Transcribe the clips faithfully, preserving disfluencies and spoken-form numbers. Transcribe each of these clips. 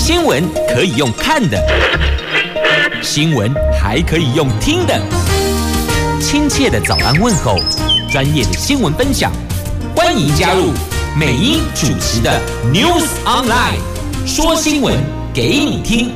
新闻可以用看的，新闻还可以用听的。亲切的早安问候，专业的新闻分享，欢迎加入美英主持的 News Online， 说新闻给你听。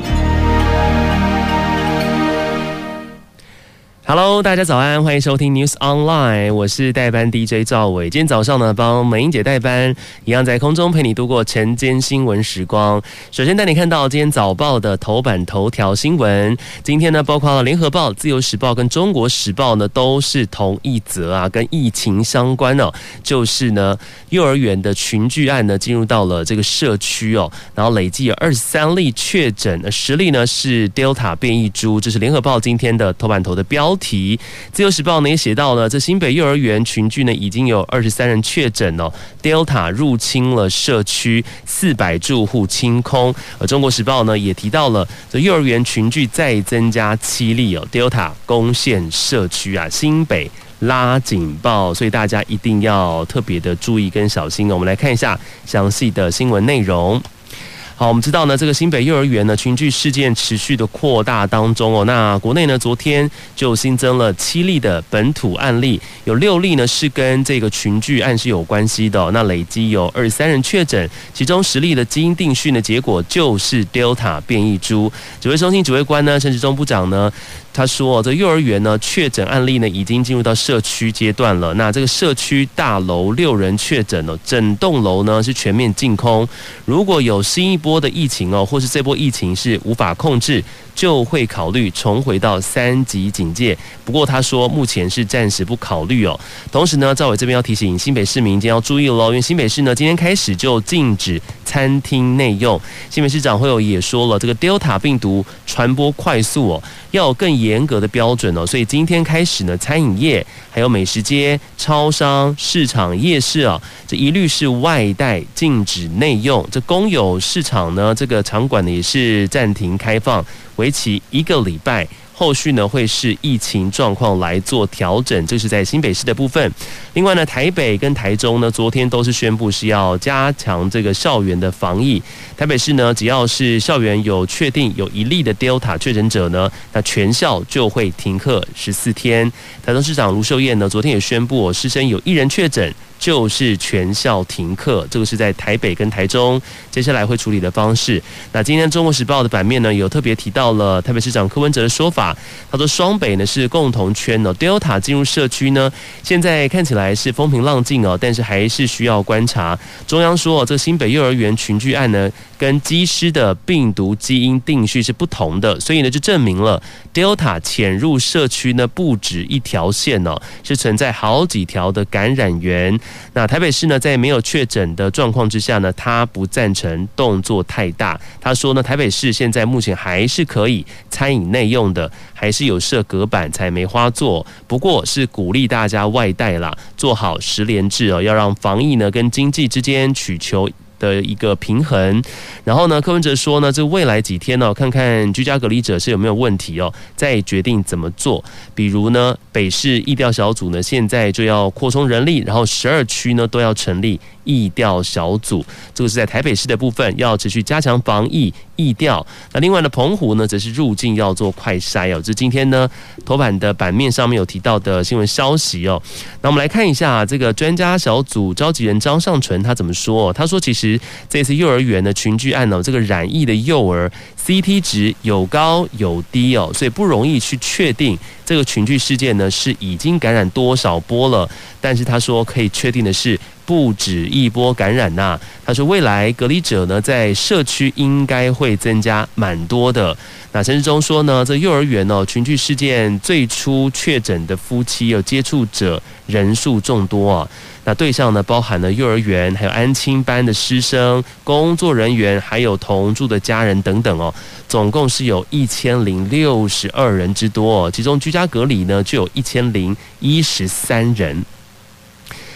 Hello， 大家早安，欢迎收听 News Online， 我是代班 D J 赵伟。今天早上呢，帮美英姐代班，一样在空中陪你度过晨间新闻时光。首先带你看到今天早报的头版头条新闻。今天呢，包括了联合报、自由时报跟中国时报呢，都是同一则啊，跟疫情相关哦，就是呢，幼儿园的群聚案呢，进入到了这个社区哦，然后累计有二十三例确诊，十例呢是 Delta 变异株，这是联合报今天的头版头的标题。自由时报呢也写到了，这新北幼儿园群聚呢已经有二十三人确诊哦 ，Delta 入侵了社区，四百住户清空。而中国时报呢也提到了，这幼儿园群聚再增加七例哦 ，Delta 攻陷社区啊，新北拉警报，所以大家一定要特别的注意跟小心哦。我们来看一下详细的新闻内容。好，我们知道呢，这个新北幼儿园呢群聚事件持续的扩大当中哦。那国内呢，昨天就新增了七例的本土案例，有六例呢是跟这个群聚案是有关系的哦。那累积有二十三人确诊，其中十例的基因定序的结果就是 Delta 变异株。指挥中心指挥官呢，陈时中部长呢，他说，这幼儿园呢确诊案例呢已经进入到社区阶段了。那这个社区大楼六人确诊了，整栋楼呢是全面净空。如果有新一波的疫情哦，或是这波疫情是无法控制，就会考虑重回到三级警戒。不过他说，目前是暂时不考虑哦。同时呢，赵伟这边要提醒新北市民今天要注意喽，因为新北市呢今天开始就禁止餐厅内用。新北市长会友也说了，这个 Delta 病毒传播快速哦，要有更严格的标准哦。所以今天开始呢，餐饮业还有美食街、超商、市场、夜市啊，这一律是外带，禁止内用。这公有市场呢，这个场馆呢也是暂停开放，为期一个礼拜。后续呢会视疫情状况来做调整，这是在新北市的部分。另外呢，台北跟台中呢，昨天都是宣布是要加强这个校园的防疫。台北市呢，只要是校园有确定有一例的 Delta 确诊者呢，那全校就会停课十四天。台中市长卢秀燕呢，昨天也宣布，师生有一人确诊，就是全校停课，这个是在台北跟台中接下来会处理的方式。那今天中国时报的版面呢，有特别提到了台北市长柯文哲的说法，他说双北呢是共同圈哦 ，Delta 进入社区呢，现在看起来是风平浪静哦，但是还是需要观察。中央说哦，这新北幼儿园群聚案呢，跟机师的病毒基因定序是不同的，所以呢就证明了 Delta 潜入社区呢不止一条线哦，是存在好几条的感染源。那台北市呢，在没有确诊的状况之下呢，他不赞成动作太大。他说呢，台北市现在目前还是可以餐饮内用的，还是有设隔板才没花做，不过是鼓励大家外带啦，做好实联制哦，要让防疫呢跟经济之间取求的一个平衡。然后呢，柯文哲说呢，这未来几天呢、哦，看看居家隔离者是有没有问题哦，再决定怎么做。比如呢，北市疫调小组呢，现在就要扩充人力，然后十二区呢都要成立疫调小组。这个是在台北市的部分，要持续加强防疫疫调。那另外呢，澎湖呢则是入境要做快筛哦。这今天呢头版的版面上面有提到的新闻消息哦。那我们来看一下这个专家小组召集人张尚淳他怎么说、哦？他说，其实这次幼儿园的群聚案哦，这个染疫的幼儿 C T 值有高有低哦，所以不容易去确定这个群聚事件呢是已经感染多少波了。但是他说可以确定的是，不止一波感染呐、啊。他说未来隔离者呢在社区应该会增加蛮多的。那陈时中说呢，这幼儿园哦群聚事件最初确诊的夫妻有接触者人数众多啊。那对象呢包含了幼儿园、还有安亲班的师生、工作人员，还有同住的家人等等哦，总共是有一千零六十二人之多哦，其中居家隔离呢就有一千零一十三人。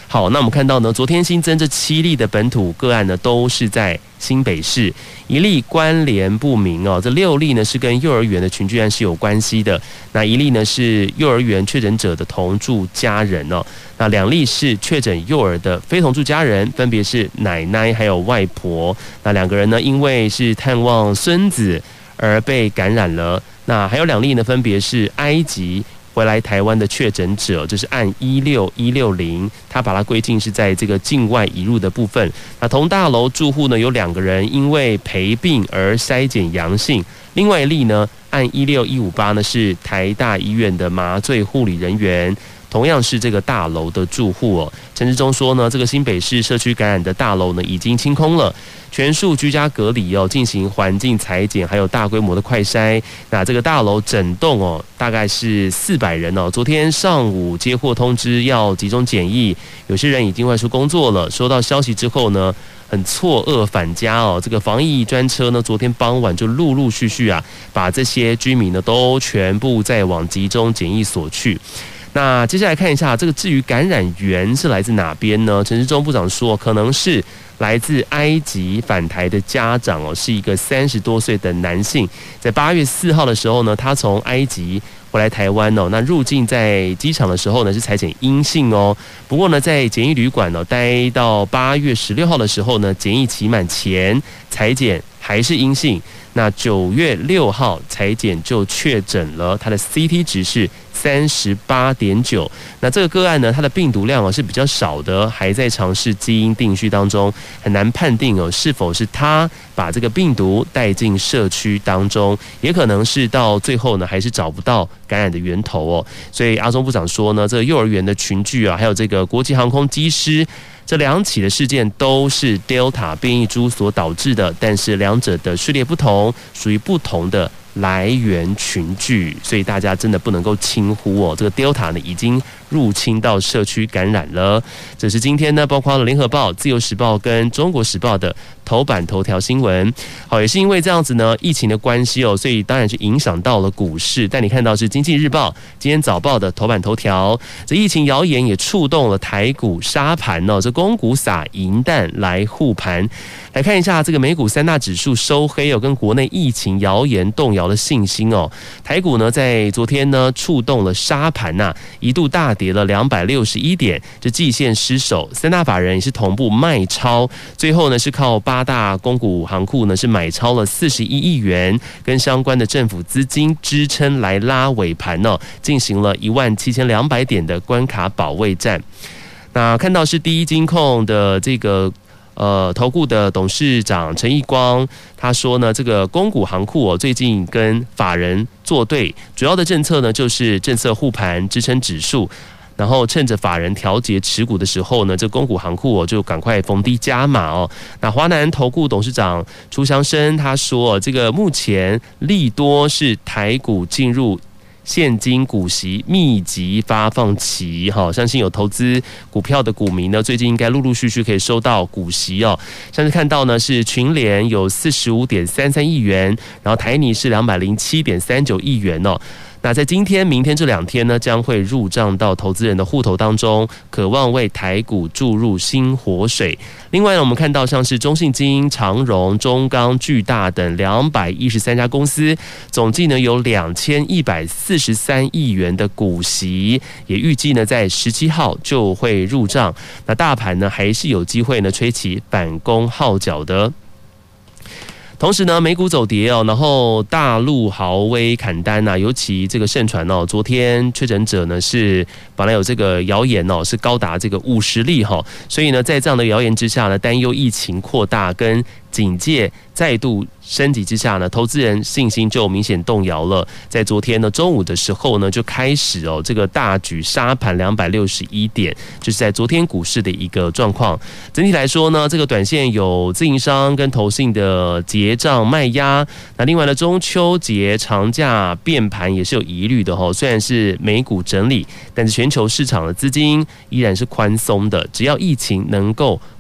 好，那我们看到呢，昨天新增这七例的本土个案呢，都是在新北市，一例关联不明哦。这六例呢是跟幼儿园的群聚案是有关系的，那一例呢是幼儿园确诊者的同住家人哦，那两例是确诊幼儿的非同住家人，分别是奶奶还有外婆。那两个人呢，因为是探望孙子而被感染了。那还有两例呢，分别是埃及回来台湾的确诊者，这是按一六一六零，他把它归进是在这个境外移入的部分。那同大楼住户呢有两个人因为陪病而筛检阳性，另外一例呢按一六一五八呢是台大医院的麻醉护理人员。同样是这个大楼的住户哦，陈时中说呢，这个新北市社区感染的大楼呢已经清空了，全数居家隔离哦，进行环境采检，还有大规模的快筛。那这个大楼整栋哦，大概是四百人哦。昨天上午接获通知要集中检疫，有些人已经外出工作了。收到消息之后呢，很错愕返家哦。这个防疫专车呢，昨天傍晚就陆陆续续啊，把这些居民呢都全部再往集中检疫所去。那接下来看一下，这个至于感染源是来自哪边呢？陈时中部长说，可能是来自埃及返台的家长哦，是一个三十多岁的男性，在八月四号的时候呢，他从埃及回来台湾哦，那入境在机场的时候呢是采检阴性哦，不过呢在检疫旅馆哦待到八月十六号的时候呢，检疫期满前采检还是阴性。那九月六号采检就确诊了，他的 C T 值是三十八点九。那这个个案呢，它的病毒量哦是比较少的，还在尝试基因定序当中，很难判定哦是否是他把这个病毒带进社区当中，也可能是到最后呢还是找不到感染的源头哦。所以阿中部长说呢，这个幼儿园的群聚啊，还有这个国际航空机师。这两起的事件都是 Delta 变异株所导致的，但是两者的序列不同，属于不同的来源群聚，所以大家真的不能够轻忽哦。这个 Delta 呢已经入侵到社区感染了。这是今天呢，包括了联合报、自由时报跟中国时报的头版头条新闻。好，也是因为这样子呢，疫情的关系哦，所以当然是影响到了股市。但你看到是经济日报今天早报的头版头条，这疫情谣言也触动了台股杀盘哦，这公股撒银弹来护盘。来看一下这个美股三大指数收黑哦，跟国内疫情谣言动摇的信心哦。台股呢在昨天呢触动了杀盘呐、啊，一度大跌了两百六十一点，这季线失守，三大法人也是同步卖超，最后呢是靠八大公股行库呢是买超了四十一亿元，跟相关的政府资金支撑来拉尾盘哦，进行了一万七千两百点的关卡保卫战。那看到是第一金控的这个。呃，投顾的董事长陈义光他说呢，这个公股行库哦，最近跟法人作对，主要的政策呢就是政策护盘支撑指数，然后趁着法人调节持股的时候呢，这公股行库哦就赶快逢低加码哦。那华南投顾董事长楚祥生他说，这个目前利多是台股进入现金股息密集发放期，哈，相信有投资股票的股民呢，最近应该陆陆续续可以收到股息哦。像是看到呢，是群联有四十五点三三亿元，然后台泥是两百零七点三九亿元哦。那在今天、明天这两天呢，将会入账到投资人的户头当中，渴望为台股注入新活水。另外呢，我们看到像是中信金、长荣、中钢、巨大等两百一十三家公司，总计呢有两千一百四十三亿元的股息，也预计呢在十七号就会入账。那大盘呢还是有机会呢吹起反攻号角的。同时呢，美股走跌哦，然后大陆豪威砍单啊，尤其这个盛传哦，昨天确诊者呢是本来有这个谣言哦，是高达这个五十例哈，所以呢，在这样的谣言之下呢，担忧疫情扩大跟警戒再度升级之下呢，投资人信心就明显动摇了。在昨天呢中午的时候呢，就开始哦这个大举杀盘两百六十一点，就是在昨天股市的一个状况。整体来说呢，这个短线有自营商跟投信的结账卖压。那另外呢，中秋节长假变盘也是有疑虑的哈。虽然是美股整理，但是全球市场的资金依然是宽松的，只要疫情能够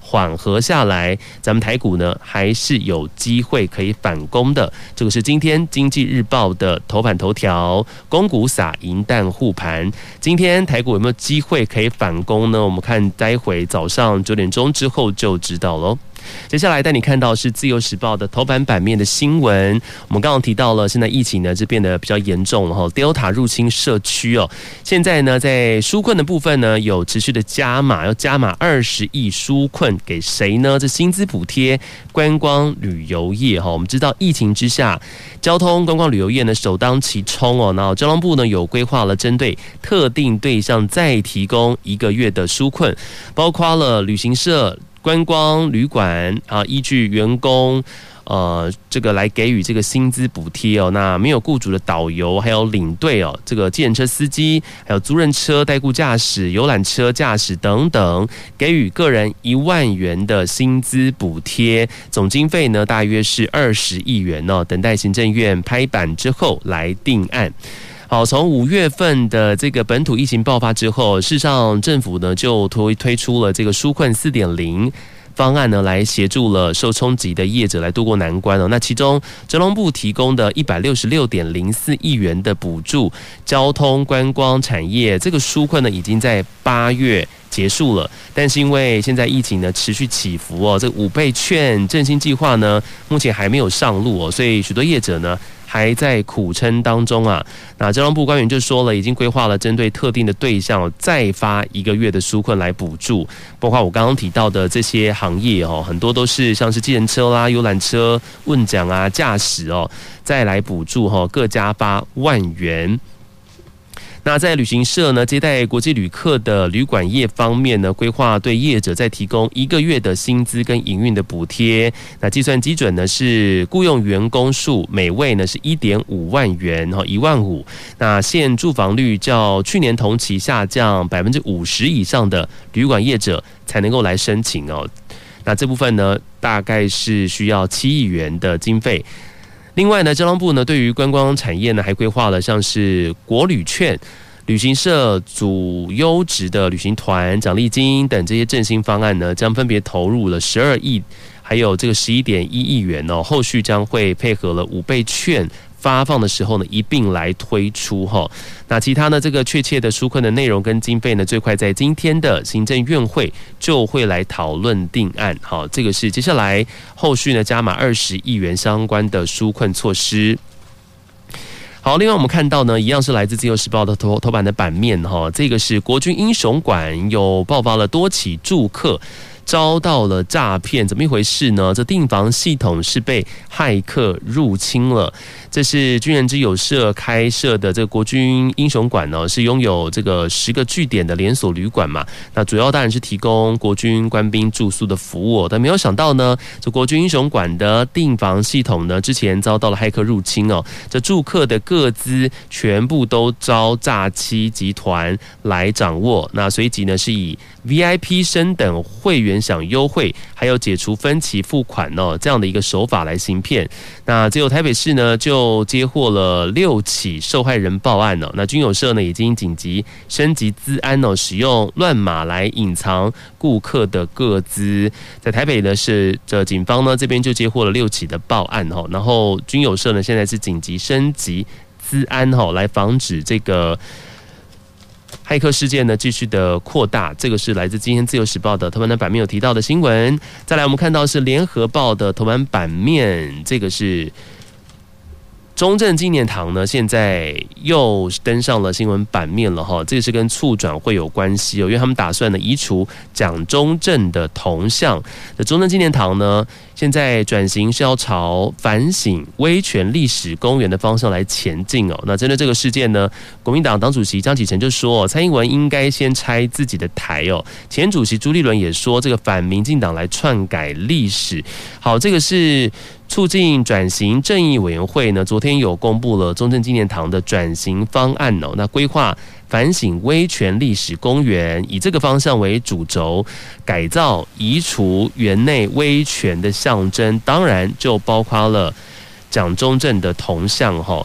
缓和下来，咱们台股呢还是有机会可以反攻的。这个是今天经济日报的头版头条，公股撒银弹护盘。今天台股有没有机会可以反攻呢？我们看待会早上九点钟之后就知道咯。接下来带你看到是自由时报的头版版面的新闻。我们刚刚提到了，现在疫情呢是变得比较严重了哈 ，Delta 入侵社区哦。现在呢，在纾困的部分呢，有持续的加码，要加码二十亿纾困给谁呢？这薪资补贴观光旅游业哈。我们知道疫情之下，交通观光旅游业呢首当其冲哦。那交通部呢有规划了针对特定对象再提供一个月的纾困，包括了旅行社、观光旅馆啊，依据员工呃这个来给予这个薪资补贴哦。那没有雇主的导游，还有领队哦，这个计程车司机，还有租赁车代雇驾驶、游览车驾驶等等，给予个人一万元的薪资补贴，总经费呢大约是二十亿元哦。等待行政院拍板之后来定案。好，从五月份的这个本土疫情爆发之后，事实上政府呢就推推出了这个纾困 四点零 方案呢，来协助了受冲击的业者来渡过难关哦。那其中交通部提供的一百六十六点零四亿元的补助交通观光产业，这个纾困呢已经在八月结束了，但是因为现在疫情呢持续起伏哦，这个五倍券振兴计划呢目前还没有上路哦，所以许多业者呢还在苦撑当中啊。那交通部官员就说了，已经规划了针对特定的对象再发一个月的纾困来补助，包括我刚刚提到的这些行业哦，很多都是像是计程车啦、游览车、问讲啊、驾驶哦，再来补助哈，各加发万元。那在旅行社呢接待国际旅客的旅馆业方面呢，规划对业者再提供一个月的薪资跟营运的补贴。那计算基准呢是雇用员工数每位呢是 一点五万元，一万五。那现住房率较去年同期下降百分之五十以上的旅馆业者才能够来申请哦。那这部分呢大概是需要七亿元的经费。另外呢，交通部呢对于观光产业呢还规划了像是国旅券、旅行社组优质的旅行团、奖励金等这些振兴方案呢，将分别投入了十二亿，还有这个十一点一亿元哦。后续将会配合了五倍券发放的时候呢，一并来推出哈。那其他呢，这个确切的纾困的内容跟经费呢，最快在今天的行政院会就会来讨论定案。好，这个是接下来后续呢加码二十亿元相关的纾困措施。好，另外我们看到呢，一样是来自自由时报的头头版的版面哈，这个是国军英雄馆有爆发了多起住客遭到了诈骗，怎么一回事呢？这订房系统是被骇客入侵了。这是军人之友社开设的这个国军英雄馆呢，是拥有这个十个据点的连锁旅馆嘛。那主要当然是提供国军官兵住宿的服务，但没有想到呢，这国军英雄馆的订房系统呢，之前遭到了骇客入侵哦。这住客的个资全部都遭诈欺集团来掌握。那随即呢，是以 V I P 升等会员享优惠，还有解除分期付款哦，这样的一个手法来行骗。那只有台北市呢，就接获了六起受害人报案哦。那军友社呢，已经紧急升级资安哦，使用乱码来隐藏顾客的个资。在台北呢，是这警方呢这边就接获了六起的报案哦。然后军友社呢，现在是紧急升级资安哦，来防止这个骇客事件呢继续的扩大。这个是来自今天自由时报的头版的版面有提到的新闻。再来我们看到是联合报的头版版面，这个是中正纪念堂呢，现在又登上了新闻版面了哈。这个是跟促转会有关系哦，因为他们打算呢移除蒋中正的铜像。的中正纪念堂呢，现在转型是要朝反省威权历史公园的方向来前进哦。那针对这个事件呢，国民党党主席江启臣就说、哦，蔡英文应该先拆自己的台哦。前主席朱立伦也说，这个反民进党来篡改历史。好，这个是促进转型正义委员会呢，昨天有公布了中正纪念堂的转型方案哦。那规划反省威权历史公园，以这个方向为主轴，改造移除园内威权的象征，当然就包括了蒋中正的铜像哈。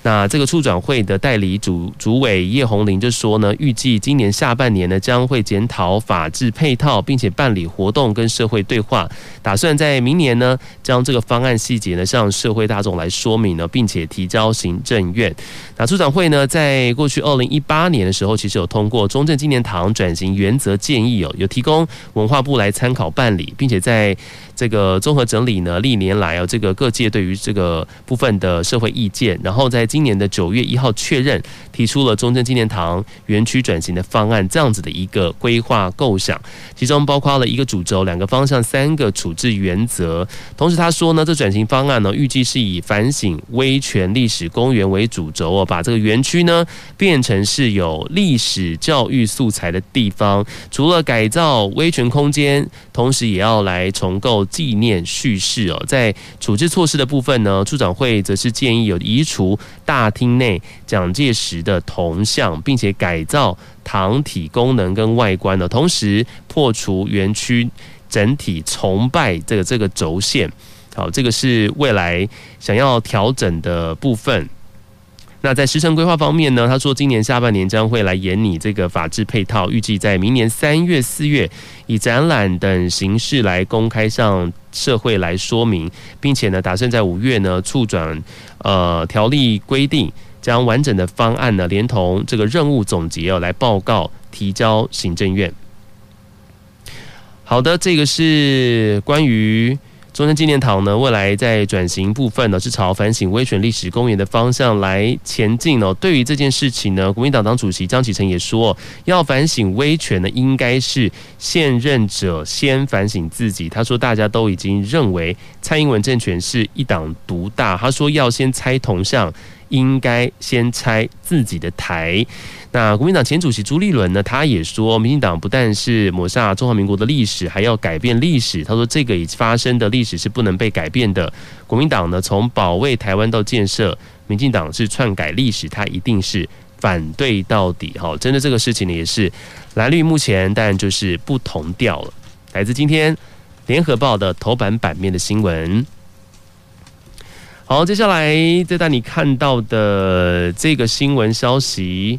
那这个促转会的代理主主委叶宏麟就说呢，预计今年下半年呢将会检讨法制配套，并且办理活动跟社会对话，打算在明年呢将这个方案细节呢向社会大众来说明呢，并且提交行政院。那促转会呢在过去二零一八年的时候，其实有通过中正纪念堂转型原则建议哦，有提供文化部来参考办理，并且在这个综合整理呢历年来哦这个各界对于这个部分的社会意见，然后在今年的九月一号确认提出了中正纪念堂园区转型的方案，这样子的一个规划构想，其中包括了一个主轴、两个方向、三个处置原则。同时他说呢，这转型方案呢预计是以反省威权历史公园为主轴哦，把这个园区呢变成是有历史教育素材的地方，除了改造威权空间，同时也要来重构纪念叙事哦。在处置措施的部分呢，促转会则是建议有移除大厅内蒋介石的铜像，并且改造堂体功能跟外观呢，同时破除园区整体崇拜这个这个轴线。好，这个是未来想要调整的部分。那在时程规划方面呢，他说今年下半年将会来研拟这个法制配套，预计在明年三月、四月以展览等形式来公开向社会来说明，并且呢，打算在五月呢促转呃条例规定，将完整的方案呢连同这个任务总结哦来报告提交行政院。好的，这个是关于中正纪念堂呢，未来在转型部分呢，是朝反省威权历史公园的方向来前进哦。对于这件事情呢，国民党党主席江启臣也说，要反省威权呢，应该是现任者先反省自己。他说，大家都已经认为蔡英文政权是一党独大，他说要先拆铜像，应该先拆自己的台。那国民党前主席朱立伦呢，他也说，民进党不但是抹煞中华民国的历史，还要改变历史。他说，这个已发生的历史是不能被改变的。国民党呢，从保卫台湾到建设，民进党是篡改历史，他一定是反对到底。好，真的这个事情呢，也是蓝绿目前当然就是不同调了。来自今天联合报的头版版面的新闻。好，接下来再带你看到的这个新闻消息，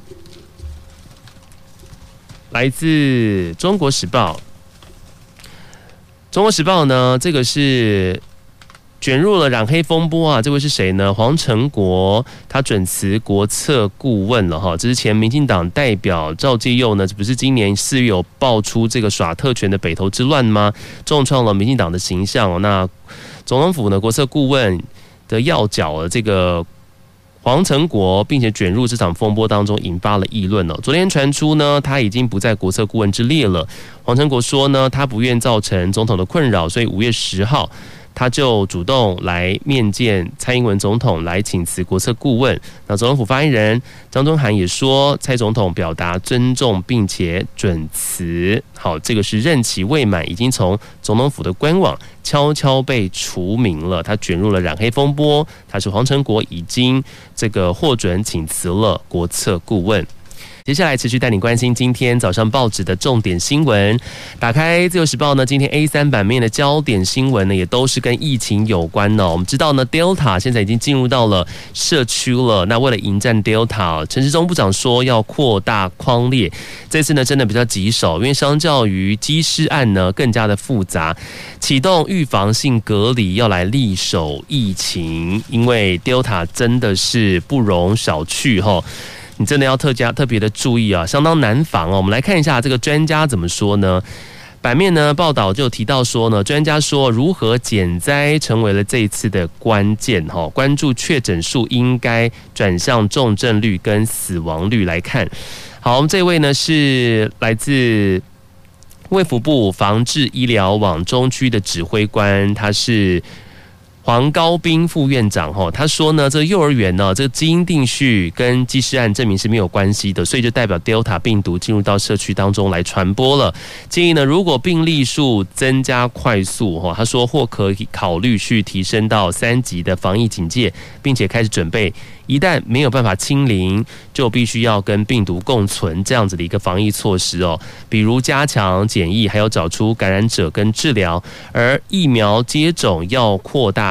来自中国时报。中国时报呢，这个是卷入了染黑风波啊，这位是谁呢？黄成国，他准辞国策顾问了哈。这是前民进党代表赵介佑呢，这不是今年四月有爆出这个耍特权的北投之乱吗？重创了民进党的形象哦。那总统府呢，国策顾问的要角了这个黄成国，并且卷入这场风波当中，引发了议论了。昨天传出呢，他已经不在国策顾问之列了。黄成国说呢，他不愿造成总统的困扰，所以五月十号他就主动来面见蔡英文总统，来请辞国策顾问。那总统府发言人张忠涵也说，蔡总统表达尊重并且准辞。好，这个是任期未满，已经从总统府的官网悄悄被除名了。他卷入了染黑风波，他是黄成国已经这个获准请辞了国策顾问。接下来持续带你关心今天早上报纸的重点新闻。打开自由时报呢，今天 A 三 版面的焦点新闻呢，也都是跟疫情有关呢。我们知道呢 ，Delta 现在已经进入到了社区了。那为了迎战 Delta， 陈时中部长说要扩大匡列。这次呢，真的比较棘手，因为相较于机师案呢，更加的复杂。启动预防性隔离，要来力守疫情，因为 Delta 真的是不容小觑哈。你真的要特加特别的注意啊，相当难防哦。我们来看一下这个专家怎么说呢？版面呢报道就有提到说呢，专家说如何减灾成为了这一次的关键哈，关注确诊数应该转向重症率跟死亡率来看。好，这位呢是来自卫福部防治医疗网中区的指挥官，他是黄高斌副院长他说呢，这个幼儿园呢，这个基因定序跟机师案证明是没有关系的，所以就代表 Delta 病毒进入到社区当中来传播了。建议呢，如果病例数增加快速，他说或可以考虑去提升到三级的防疫警戒，并且开始准备一旦没有办法清零，就必须要跟病毒共存这样子的一个防疫措施哦，比如加强检疫，还有找出感染者跟治疗，而疫苗接种要扩大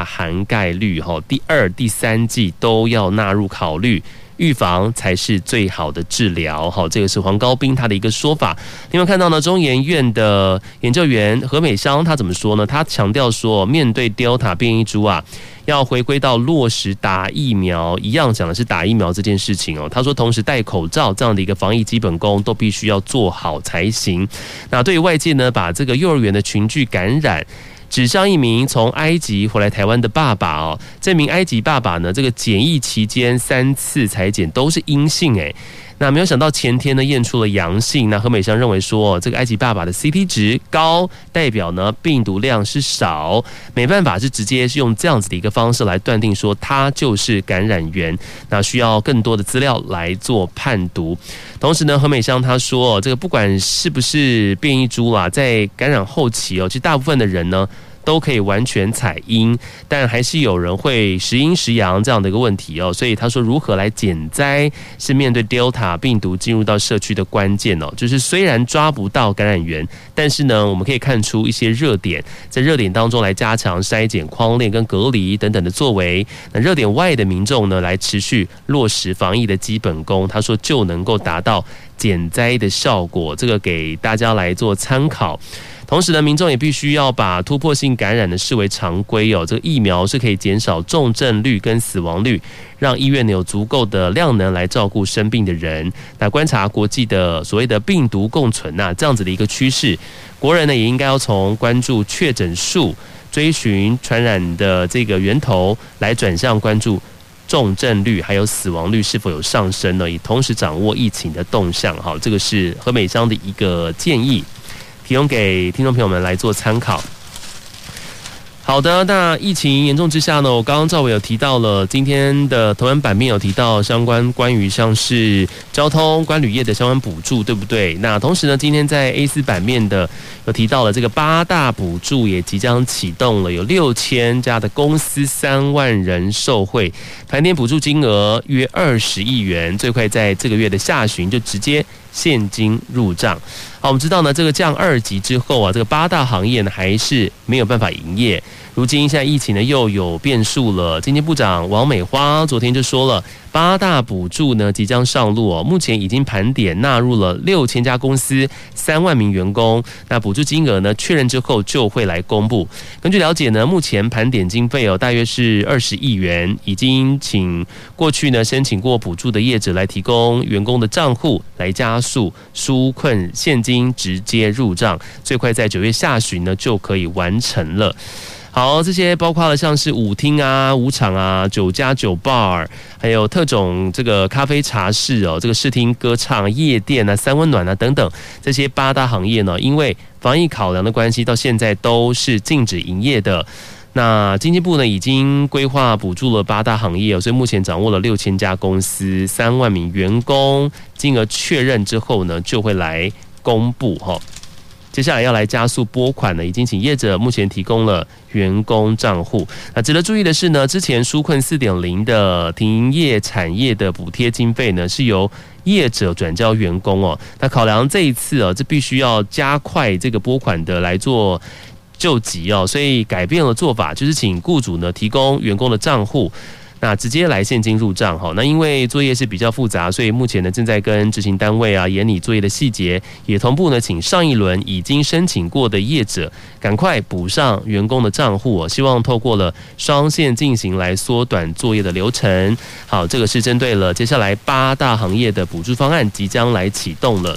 大涵盖率，第二、第三季都要纳入考虑。预防才是最好的治疗，好，这个是黄高斌他的一个说法。另外看到呢，中研院的研究员何美香他怎么说呢？他强调说，面对 Delta 变异株啊，要回归到落实打疫苗，一样讲的是打疫苗这件事情哦。他说，同时戴口罩这样的一个防疫基本功都必须要做好才行。那对于外界呢，把这个幼儿园的群聚感染指向一名从埃及回来台湾的爸爸哦，这名埃及爸爸呢，这个检疫期间三次采检都是阴性诶，那没有想到前天呢验出了阳性。那何美香认为说，这个埃及爸爸的 C T 值高，代表呢病毒量是少，没办法是直接是用这样子的一个方式来断定说他就是感染源，那需要更多的资料来做判读。同时呢，何美香她说，这个不管是不是变异株啦，在感染后期哦，其实大部分的人呢都可以完全采阴，但还是有人会时阴时阳这样的一个问题哦。所以他说，如何来减灾是面对 Delta 病毒进入到社区的关键哦。就是虽然抓不到感染源，但是呢，我们可以看出一些热点，在热点当中来加强筛检、匡列跟隔离等等的作为。那热点外的民众呢，来持续落实防疫的基本功，他说就能够达到减灾的效果。这个给大家来做参考。同时呢，民众也必须要把突破性感染的视为常规哦。这个疫苗是可以减少重症率跟死亡率，让医院有足够的量能来照顾生病的人。那观察国际的所谓的病毒共存啊，这样子的一个趋势，国人呢也应该要从关注确诊数、追寻传染的这个源头，来转向关注重症率还有死亡率是否有上升呢？以同时掌握疫情的动向。好，这个是何美香的一个建议，提供给听众朋友们来做参考。好的，那疫情严重之下呢，我刚刚赵伟有提到了今天的头版版面有提到相关关于像是交通、关旅业的相关补助，对不对？那同时呢，今天在 A 四 版面的有提到了这个八大补助也即将启动了，有六千家的公司三万人受惠，盘点补助金额约二十亿元，最快在这个月的下旬就直接现金入账。好，我们知道呢，这个降二级之后啊，这个八大行业呢还是没有办法营业。如今现在疫情呢又有变数了，经济部长王美花昨天就说了，八大补助呢即将上路哦，目前已经盘点纳入了六千家公司，三万名员工。那补助金额呢确认之后就会来公布。根据了解呢，目前盘点经费哦大约是二十亿元，已经请过去呢申请过补助的业者来提供员工的账户，来加速纾困现金直接入账，最快在九月下旬呢就可以完成了。好，这些包括了像是舞厅啊、舞场啊、酒家、酒 bar， 还有特种这个咖啡茶室哦，这个视听歌唱、夜店啊、三温暖啊等等，这些八大行业呢，因为防疫考量的关系，到现在都是禁止营业的。那经济部呢已经规划补助了八大行业，所以目前掌握了六千家公司、三万名员工，金额确认之后呢，就会来公布哈。接下来要来加速拨款呢，已经请业者目前提供了员工账户。那值得注意的是呢，之前纾困 四点零 的停业产业的补贴经费呢，是由业者转交员工哦。那考量这一次哦，这必须要加快这个拨款的来做救急哦，所以改变了做法，就是请雇主呢提供员工的账户。那直接来现金入账哈，那因为作业是比较复杂，所以目前呢正在跟执行单位啊研拟作业的细节，也同步呢请上一轮已经申请过的业者赶快补上员工的账户哦，希望透过了双线进行来缩短作业的流程。好，这个是针对了接下来八大行业的补助方案即将来启动了。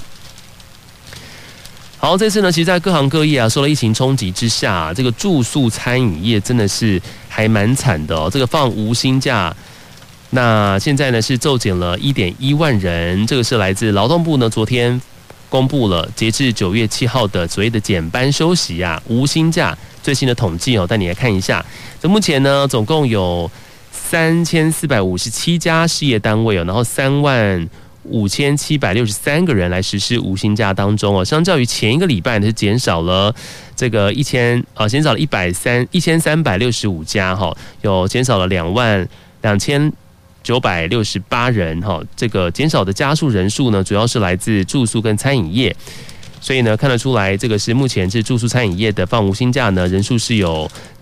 好，这次呢，其实在各行各业啊，受了疫情冲击之下、啊，这个住宿餐饮业真的是还蛮惨的哦。这个放无薪假，那现在呢是骤减了 一点一万人，这个是来自劳动部呢昨天公布了截至九月七号的所谓的减班休息啊，无薪假最新的统计哦，带你来看一下。这目前呢，总共有三千四百五十七家事业单位哦，然后三万五千七百六十三个人来实施无薪假当中哦，相较于前一个礼拜呢是减少了这个一千呃减少了一百三一千三百六十五家哈，有减少了两万两千九百六十八人哈，这个减少的家数人数呢，主要是来自住宿跟餐饮业。所以呢，看得出来，这个是目前是住宿餐饮业的放无薪假呢，人数是有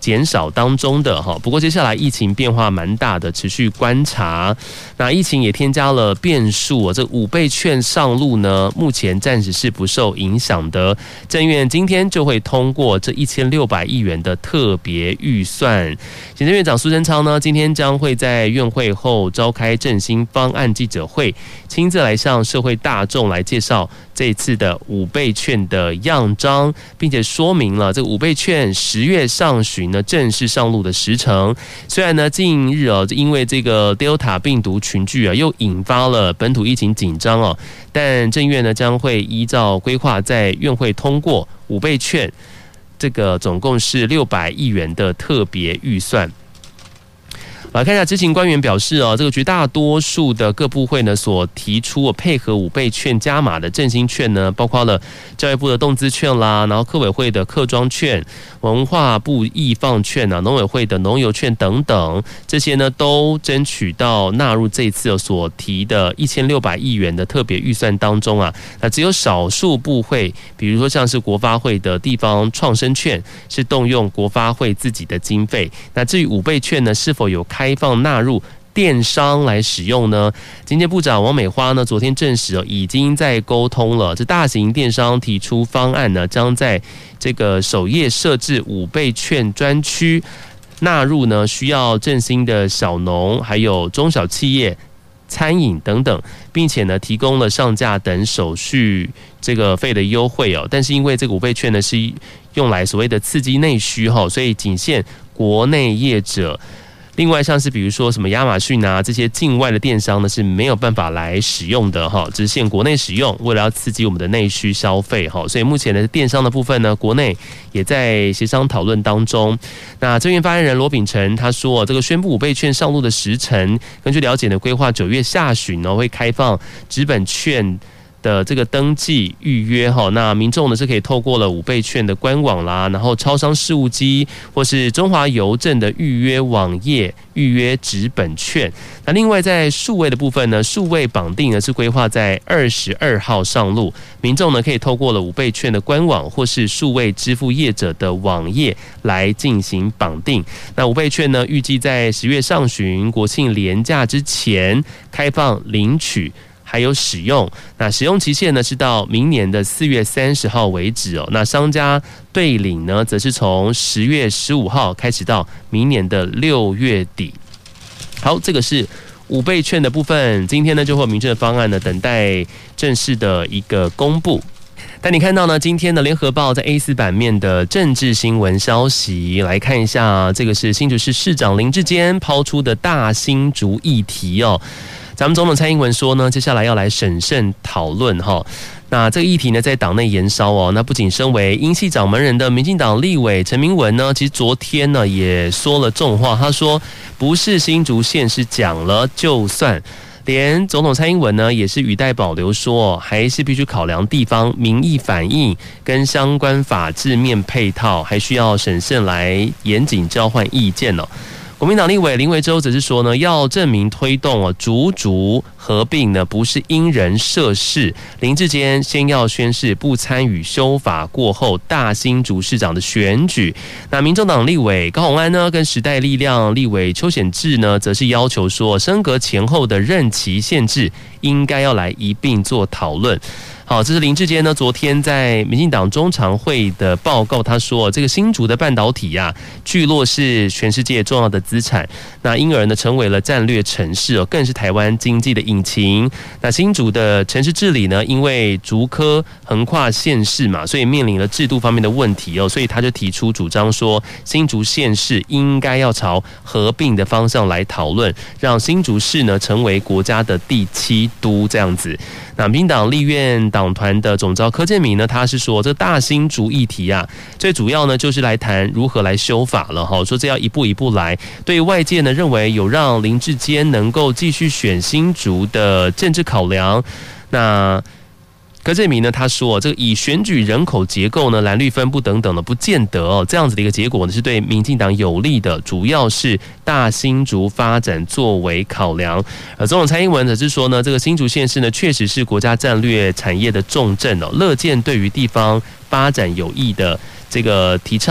减少当中的哈。不过接下来疫情变化蛮大的，持续观察。那疫情也添加了变数，这五倍券上路呢，目前暂时是不受影响的。政院今天就会通过这一千六百亿元的特别预算。行政院长苏贞昌呢，今天将会在院会后召开振兴方案记者会，亲自来向社会大众来介绍这次的五倍券的样章，并且说明了这个五倍券十月上旬呢正式上路的时程。虽然呢近日啊，因为这个 Delta 病毒群聚啊，又引发了本土疫情紧张哦，但政院呢将会依照规划在院会通过五倍券，这个总共是六百亿元的特别预算。来看一下知情官员表示哦，这个绝大多数的各部会呢所提出配合五倍券加码的振兴券呢，包括了教育部的动资券啦，然后客委会的客庄券、文化部艺放券啊、农委会的农游券等等，这些呢都争取到纳入这一次所提的一千六百亿元的特别预算当中啊。那只有少数部会，比如说像是国发会的地方创生券，是动用国发会自己的经费。那至于五倍券呢，是否有开开放纳入电商来使用呢？经济部长王美花呢，昨天证实哦，已经在沟通了。这大型电商提出方案呢，将在这个首页设置五倍券专区，纳入呢需要振兴的小农，还有中小企业、餐饮等等，并且呢提供了上架等手续这个费的优惠哦。但是因为这个五倍券呢是用来所谓的刺激内需哈，所以仅限国内业者。另外像是比如说什么亚马逊啊这些境外的电商呢是没有办法来使用的哈，只限国内使用，为了要刺激我们的内需消费哈，所以目前的电商的部分呢，国内也在协商讨论当中。那政院发言人罗秉成他说，这个宣布五倍券上路的时程，根据了解的规划，九月下旬呢会开放纸本券的这个登记预约哈，那民众呢是可以透过了五倍券的官网啦，然后超商事务机或是中华邮政的预约网页预约纸本券。那另外在数位的部分呢，数位绑定呢是规划在二十二号上路，民众呢可以透过了五倍券的官网或是数位支付业者的网页来进行绑定。那五倍券呢预计在十月上旬国庆连假之前开放领取还有使用，那使用期限呢是到明年的四月三十号为止哦。那商家对领呢，则是从十月十五号开始到明年的六月底。好，这个是五倍券的部分，今天呢就会有明确的方案呢，等待正式的一个公布。但你看到呢，今天的联合报在 A 四 版面的政治新闻消息，来看一下，这个是新竹市市长林智坚抛出的大新竹议题哦。咱们总统蔡英文说呢，接下来要来审慎讨论哈。那这个议题呢，在党内延烧哦。那不仅身为英系掌门人的民进党立委陈明文呢，其实昨天呢也说了重话，他说不是新竹县是讲了就算。连总统蔡英文呢，也是语带保留说，还是必须考量地方民意反应跟相关法制面配套，还需要审慎来严谨交换意见哦。国民党立委林维洲则是说呢，要证明推动哦竹竹合并呢不是因人设事，林智坚先要宣誓不参与修法过后大新竹市长的选举。那民众党立委高虹安呢，跟时代力量立委邱显智呢，则是要求说升格前后的任期限制应该要来一并做讨论。好，这是林智坚呢，昨天在民进党中常会的报告，他说这个新竹的半导体呀、啊，聚落是全世界重要的资产，那因而呢成为了战略城市哦，更是台湾经济的引擎。那新竹的城市治理呢，因为竹科横跨县市嘛，所以面临了制度方面的问题哦，所以他就提出主张说，新竹县市应该要朝合并的方向来讨论，让新竹市呢成为国家的第七都这样子。那民进党立院党团的总召柯建铭呢，他是说这大新竹议题啊，最主要呢就是来谈如何来修法了哈，说这要一步一步来。对于外界呢认为有让林智坚能够继续选新竹的政治考量，那柯建铭呢，他说这个以选举人口结构呢、蓝绿分布等等的，不见得哦，这样子的一个结果呢，是对民进党有利的，主要是大新竹发展作为考量。而总统蔡英文则是说呢，这个新竹县市呢，确实是国家战略产业的重镇哦，乐见对于地方发展有益的这个提倡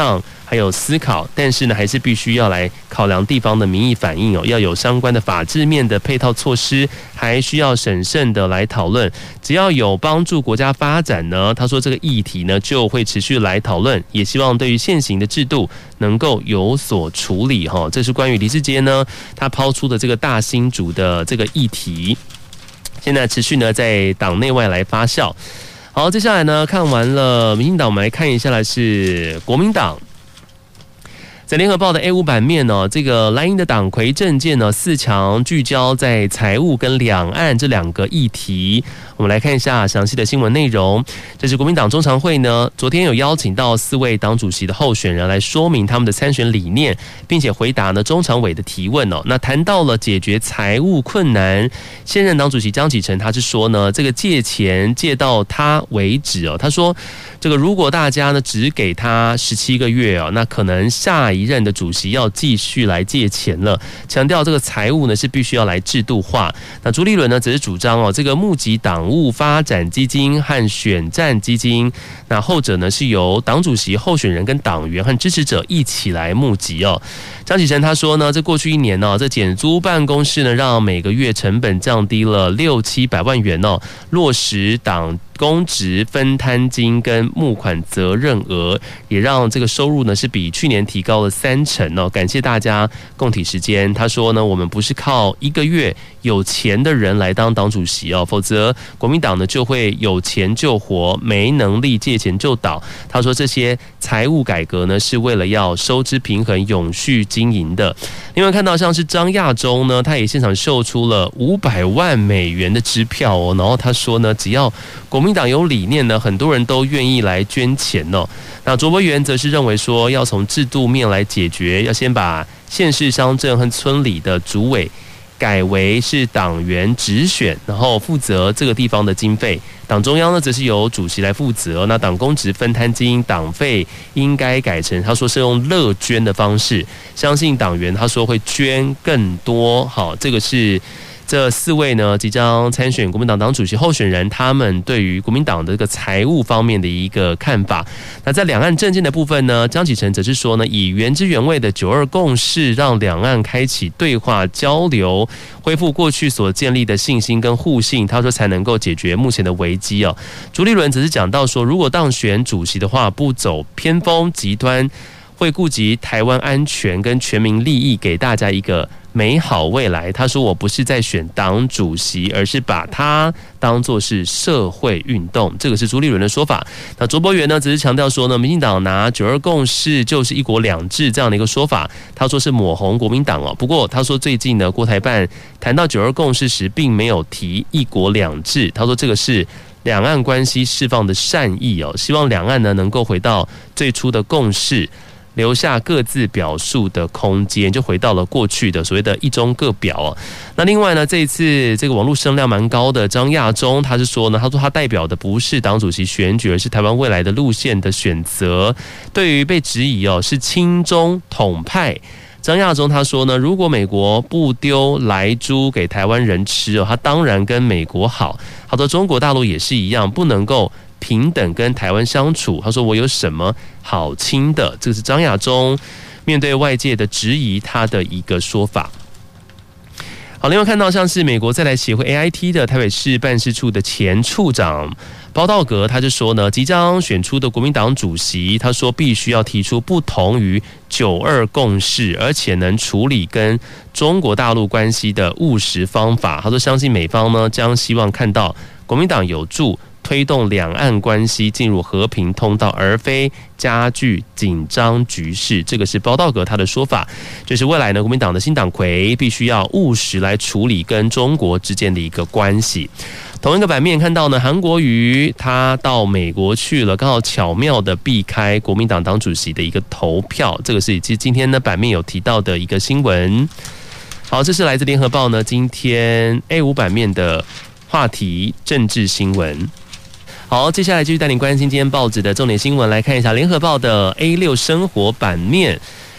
还有思考，但是呢，还是必须要来考量地方的民意反应哦，要有相关的法制面的配套措施，还需要审慎的来讨论。只要有帮助国家发展呢，他说这个议题呢就会持续来讨论，也希望对于现行的制度能够有所处理哈。这是关于李志杰呢他抛出的这个大新竹的这个议题，现在持续呢在党内外来发酵。好，接下来呢看完了民进党，我们来看一下来是国民党。在联合报的 A 五 版面呢，这个蓝营的党魁政见呢四强聚焦在财务跟两岸这两个议题。我们来看一下详细的新闻内容。这是国民党中常会呢，昨天有邀请到四位党主席的候选人来说明他们的参选理念，并且回答呢中常委的提问哦。那谈到了解决财务困难，现任党主席江启臣他是说呢，这个借钱借到他为止哦。他说，这个如果大家呢只给他十七个月哦，那可能下一任的主席要继续来借钱了。强调这个财务呢是必须要来制度化。那朱立伦呢则是主张哦，这个募集党务发展基金和选战基金，那后者呢是由党主席、候选人跟党员和支持者一起来募集哦。张启臣他说呢，这过去一年呢、哦，这减租办公室呢，让每个月成本降低了六七百万元哦，落实党公职分摊金跟募款责任额，也让这个收入呢是比去年提高了三成哦。感谢大家共体时间。他说呢，我们不是靠一个月有钱的人来当党主席哦，否则国民党呢就会有钱就活，没能力借钱就倒。他说这些财务改革呢是为了要收支平衡、永续经营的。另外看到像是张亚中呢，他也现场秀出了五百万美元的支票哦，然后他说呢，只要国民党有理念呢，很多人都愿意来捐钱哦。那卓博源则是认为说，要从制度面来解决，要先把县市乡镇和村里的主委改为是党员直选，然后负责这个地方的经费。党中央呢，则是由主席来负责。那党公职分摊金、党费应该改成，他说是用乐捐的方式，相信党员他说会捐更多。好，这个是这四位呢即将参选国民党党主席候选人，他们对于国民党的这个财务方面的一个看法。那在两岸政见的部分呢，江启臣则是说呢，以原汁原味的九二共识，让两岸开启对话交流，恢复过去所建立的信心跟互信，他说才能够解决目前的危机哦。朱立伦则是讲到说，如果当选主席的话，不走偏锋极端，会顾及台湾安全跟全民利益，给大家一个美好未来。他说，我不是在选党主席，而是把它当作是社会运动。这个是朱立伦的说法。那卓博源呢，只是强调说呢，民进党拿九二共识就是一国两制这样的一个说法，他说是抹红国民党哦。不过他说最近呢，国台办谈到九二共识时，并没有提一国两制。他说这个是两岸关系释放的善意哦，希望两岸呢能够回到最初的共识，留下各自表述的空间，就回到了过去的所谓的一中各表哦。那另外呢，这一次这个网络声量蛮高的张亚中，他是说呢，他说他代表的不是党主席选举，而是台湾未来的路线的选择。对于被质疑哦是亲中统派，张亚中他说呢，如果美国不丢莱猪给台湾人吃哦，他当然跟美国好。他说中国大陆也是一样，不能够平等跟台湾相处。他说我有什么好亲的？这个是张亚中面对外界的质疑他的一个说法。好，另外看到像是美国在台协会 A I T 的台北市办事处的前处长包道格，他就说呢，即将选出的国民党主席，他说必须要提出不同于九二共识，而且能处理跟中国大陆关系的务实方法。他说相信美方呢将希望看到国民党有助推动两岸关系进入和平通道，而非加剧紧张局势。这个是包道格他的说法，就是未来呢，国民党的新党魁必须要务实来处理跟中国之间的一个关系。同一个版面看到呢，韩国瑜他到美国去了，刚好巧妙的避开国民党党主席的一个投票。这个是其实今天的版面有提到的一个新闻。好，这是来自联合报呢今天 A 五 版面的话题政治新闻。好，接下来继续带您关心今天报纸的重点新闻，来看一下联合报的 A 六 生活版面。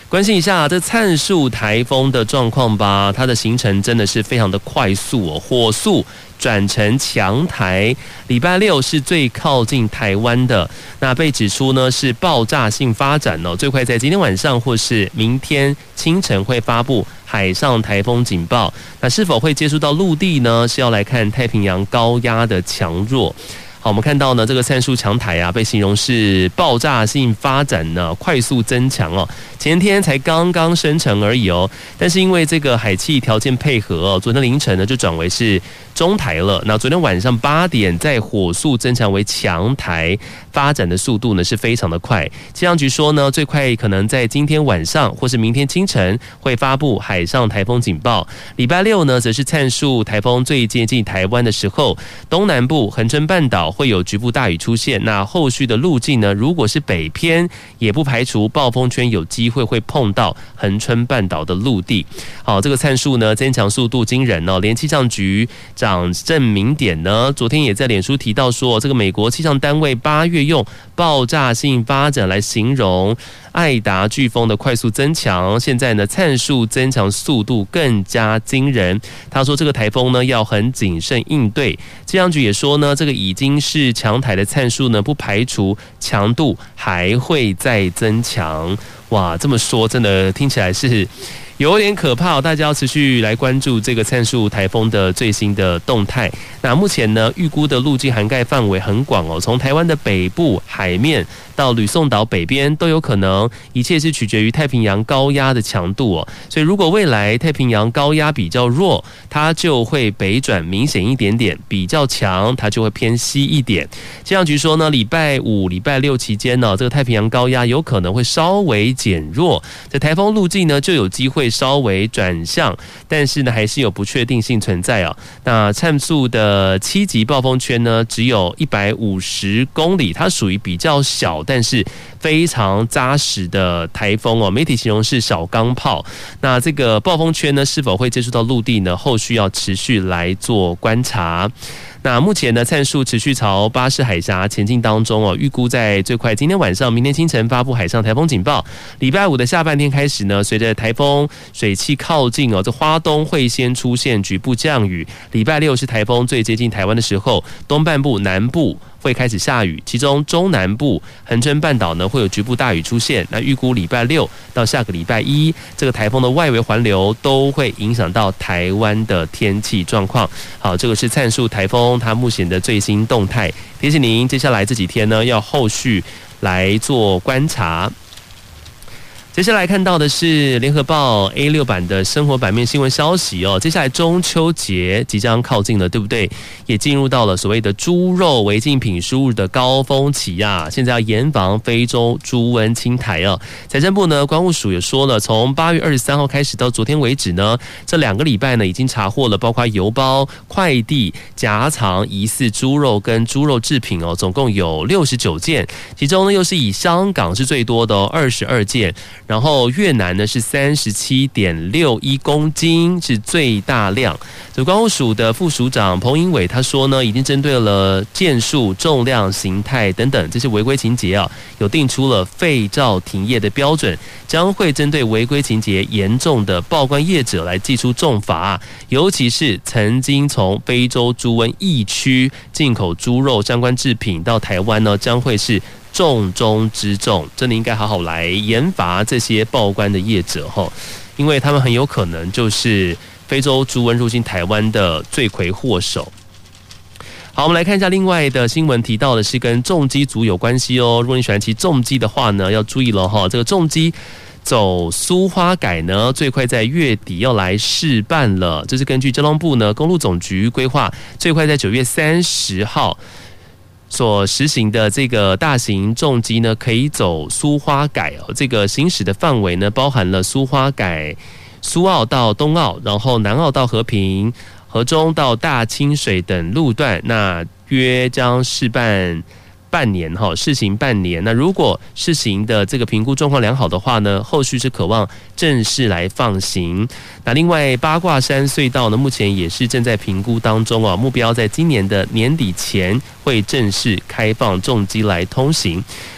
关心一下这灿树台风的状况吧，它的行程真的是非常的快速哦，火速转成强台，礼拜六是最靠近台湾的，那被指出呢是爆炸性发展哦，最快在今天晚上或是明天清晨会发布海上台风警报，那是否会接触到陆地呢？是要来看太平洋高压的强弱。好，我们看到呢，这个灿树强台啊，被形容是爆炸性发展呢，快速增强哦。前天才刚刚生成而已哦，但是因为这个海气条件配合哦，昨天凌晨呢就转为是中台了。那昨天晚上八点再火速增强为强台，发展的速度呢是非常的快。气象局说呢，最快可能在今天晚上或是明天清晨会发布海上台风警报。礼拜六呢，则是灿树台风最接近台湾的时候，东南部恒春半岛会有局部大雨出现。那后续的路径呢，如果是北偏，也不排除暴风圈有机会会碰到恒春半岛的陆地。好，这个灿树呢增强速度惊人哦，连气象局长郑明典呢，昨天也在脸书提到说，这个美国气象单位八月用爆炸性发展来形容爱达飓风的快速增强，现在呢灿树增强速度更加惊人。他说这个台风呢要很谨慎应对。气象局也说呢，这个已经是强台的灿树呢，不排除强度还会再增强。哇，这么说真的听起来是有点可怕哦，大家要持续来关注这个灿树台风的最新的动态。那目前呢，预估的路径涵盖范围很广哦，从台湾的北部海面到吕宋岛北边都有可能，一切是取决于太平洋高压的强度哦。所以如果未来太平洋高压比较弱，它就会北转明显一点点；比较强，它就会偏西一点。气象局说呢，礼拜五、礼拜六期间呢，这个太平洋高压有可能会稍微减弱，这台风路径呢就有机会稍微转向，但是呢还是有不确定性存在啊。那灿树的七级暴风圈呢只有一百五十公里，它属于比较小但是非常扎实的台风哦，媒体形容是小钢炮。那这个暴风圈呢是否会接触到陆地呢？后续要持续来做观察。那目前呢，灿树持续朝巴士海峡前进当中哦，预估在最快今天晚上、明天清晨发布海上台风警报。礼拜五的下半天开始呢，随着台风水汽靠近哦，这花东会先出现局部降雨。礼拜六是台风最接近台湾的时候，东半部、南部会开始下雨，其中中南部、恒春半岛呢会有局部大雨出现。那预估礼拜六到下个礼拜一，这个台风的外围环流都会影响到台湾的天气状况。好，这个是灿树台风它目前的最新动态，提醒您接下来这几天呢要后续来做观察。接下来看到的是联合报 A 六 版的生活版面新闻消息哦。接下来中秋节即将靠近了，对不对？也进入到了所谓的猪肉违禁品输入的高峰期啊！现在要严防非洲猪瘟侵台啊！财政部呢，关务署也说了，从八月二十三号开始到昨天为止呢，这两个礼拜呢，已经查获了包括邮包、快递夹藏疑似猪肉跟猪肉制品哦，总共有六十九件，其中呢又是以香港是最多的哦，二十二件。然后越南呢是三十七点六一公斤，是最大量。这关务署的副署长彭英伟他说呢，已经针对了件数、重量、形态等等这些违规情节啊，有定出了废照停业的标准，将会针对违规情节严重的报关业者来祭出重罚，尤其是曾经从非洲猪瘟疫区进口猪肉相关制品到台湾呢，将会是重中之重，真的应该好好来严罚这些报关的业者齁，因为他们很有可能就是非洲猪瘟入侵台湾的罪魁祸首。好，我们来看一下另外的新闻，提到的是跟重机组有关系哦。如果你喜欢骑重机的话呢，要注意了哈，这个重机走苏花改呢，最快在月底要来试办了。这是根据交通部呢公路总局规划，最快在九月三十号。所实行的这个大型重机呢，可以走苏花改哦。这个行驶的范围呢，包含了苏花改、苏澳到东澳，然后南澳到和平、河中到大清水等路段。那约将试办半年哈，试行半年。那如果试行的这个评估状况良好的话呢，后续是渴望正式来放行。那另外八卦山隧道呢，目前也是正在评估当中啊，目标在今年的年底前会正式开放重机来通行。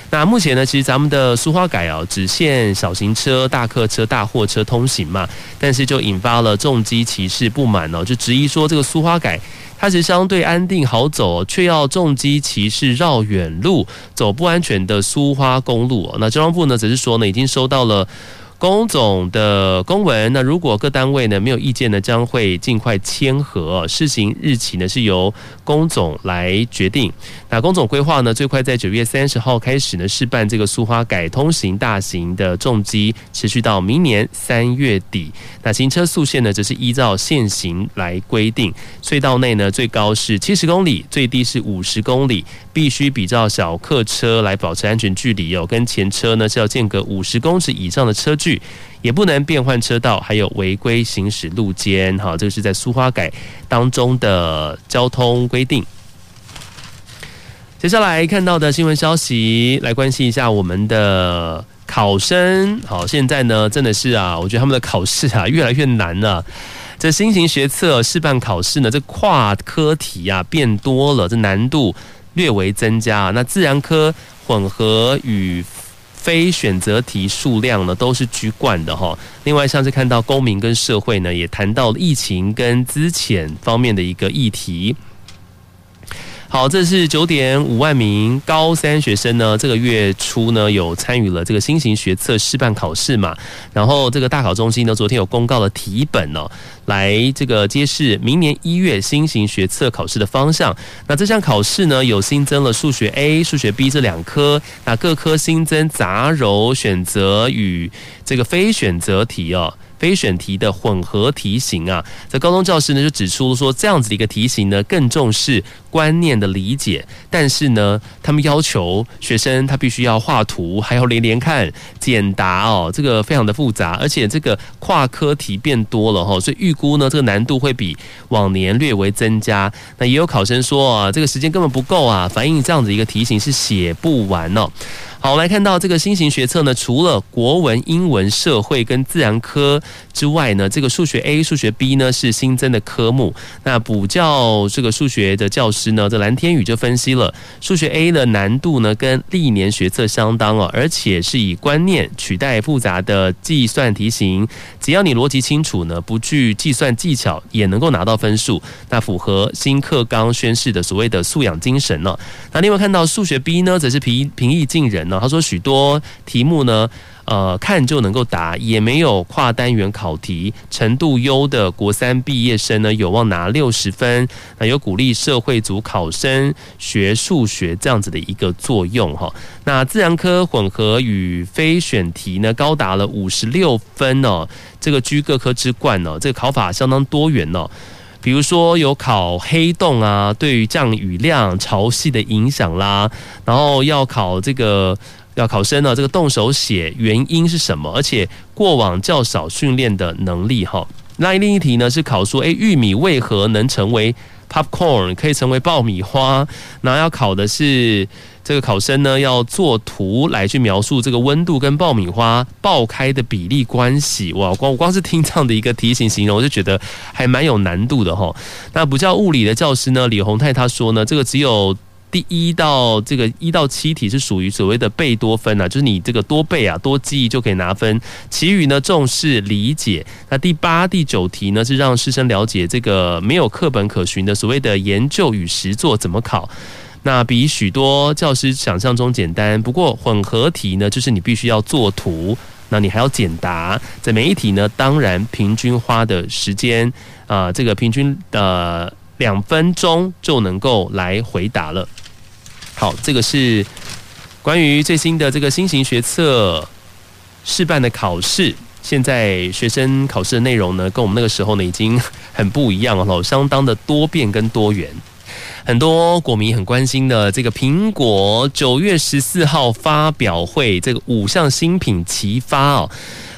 那目前呢，其实咱们的苏花改啊，只限小型车、大客车、大货车通行嘛，但是就引发了重机骑士不满哦，就质疑说这个苏花改它其实相对安定好走，却要重机骑士绕远路，走不安全的苏花公路。那交通部呢，只是说呢，已经收到了工总的公文，那如果各单位呢没有意见呢，将会尽快签合，施行日期呢是由工总来决定。那工总规划呢，最快在九月三十号开始呢试办这个苏花改通行大型的重机，持续到明年三月底。那行车速限呢，则是依照现行来规定，隧道内呢最高是七十公里，最低是五十公里，必须比照小客车来保持安全距离哦，跟前车呢是要间隔五十公尺以上的车距。也不能变换车道，还有违规行驶路肩，好，这个是在苏花改当中的交通规定。接下来看到的新闻消息，来关心一下我们的考生。好，现在呢真的是啊，我觉得他们的考试啊越来越难了。这新型学测试办考试呢，这跨科题啊变多了，这难度略微增加。那自然科混合与非选择题数量呢都是居冠的哈。另外像是看到公民跟社会呢也谈到疫情跟资遣方面的一个议题。好，这是九点五万名高三学生呢，这个月初呢有参与了这个新型学测试办考试嘛，然后这个大考中心呢昨天有公告了题本哦，来这个揭示明年一月新型学测考试的方向。那这项考试呢有新增了数学 A、数学 B 这两科，那各科新增杂糅选择与这个非选择题哦。非选题的混合题型啊，这高中教师呢就指出说，这样子的一个题型呢更重视观念的理解，但是呢，他们要求学生他必须要画图，还要连连看、简答哦，这个非常的复杂，而且这个跨科题变多了哈，所以预估呢这个难度会比往年略微增加。那也有考生说啊，这个时间根本不够啊，反映这样子一个题型是写不完哦。好，我们来看到这个新型学测呢，除了国文、英文、社会跟自然科之外呢，这个数学 A、数学 B 呢是新增的科目。那补教这个数学的教师呢，这蓝天宇就分析了，数学 A 的难度呢跟历年学测相当哦，而且是以观念取代复杂的计算题型，只要你逻辑清楚呢，不具计算技巧也能够拿到分数，那符合新课纲宣示的所谓的素养精神哦。那另外看到数学 B 呢，则是平平易近人呢。他说许多题目呢，呃，看就能够答，也没有跨单元考题，程度优的国三毕业生呢，有望拿六十分。那有鼓励社会组考生学数学这样子的一个作用哈。那自然科混合与非选题呢，高达了五十六分哦，这个居各科之冠哦，这个考法相当多元哦。比如说有考黑洞啊，对于降雨量、潮汐的影响啦，然后要考这个要考生呢，这个动手写原因是什么，而且过往较少训练的能力哈。那另一题呢是考说，哎，玉米为何能成为 popcorn， 可以成为爆米花？然后要考的是这个考生呢要做图来去描述这个温度跟爆米花爆开的比例关系。哇，光我光是听这样的一个题型形容，我就觉得还蛮有难度的哈。那补教物理的教师呢，李宏泰他说呢，这个只有第一到这个一到七题是属于所谓的贝多分啊，就是你这个多背啊、多记忆就可以拿分。其余呢重视理解。那第八、第九题呢是让师生了解这个没有课本可循的所谓的研究与实作怎么考。那比许多教师想象中简单，不过混合题呢，就是你必须要做图，那你还要简答。在每一题呢，当然平均花的时间啊、呃，这个平均呃两分钟就能够来回答了。好，这个是关于最新的这个新型学测试办的考试。现在学生考试的内容呢，跟我们那个时候呢已经很不一样了，相当的多变跟多元。很多国民很关心的这个苹果九月十四号发表会，这个五项新品齐发哦。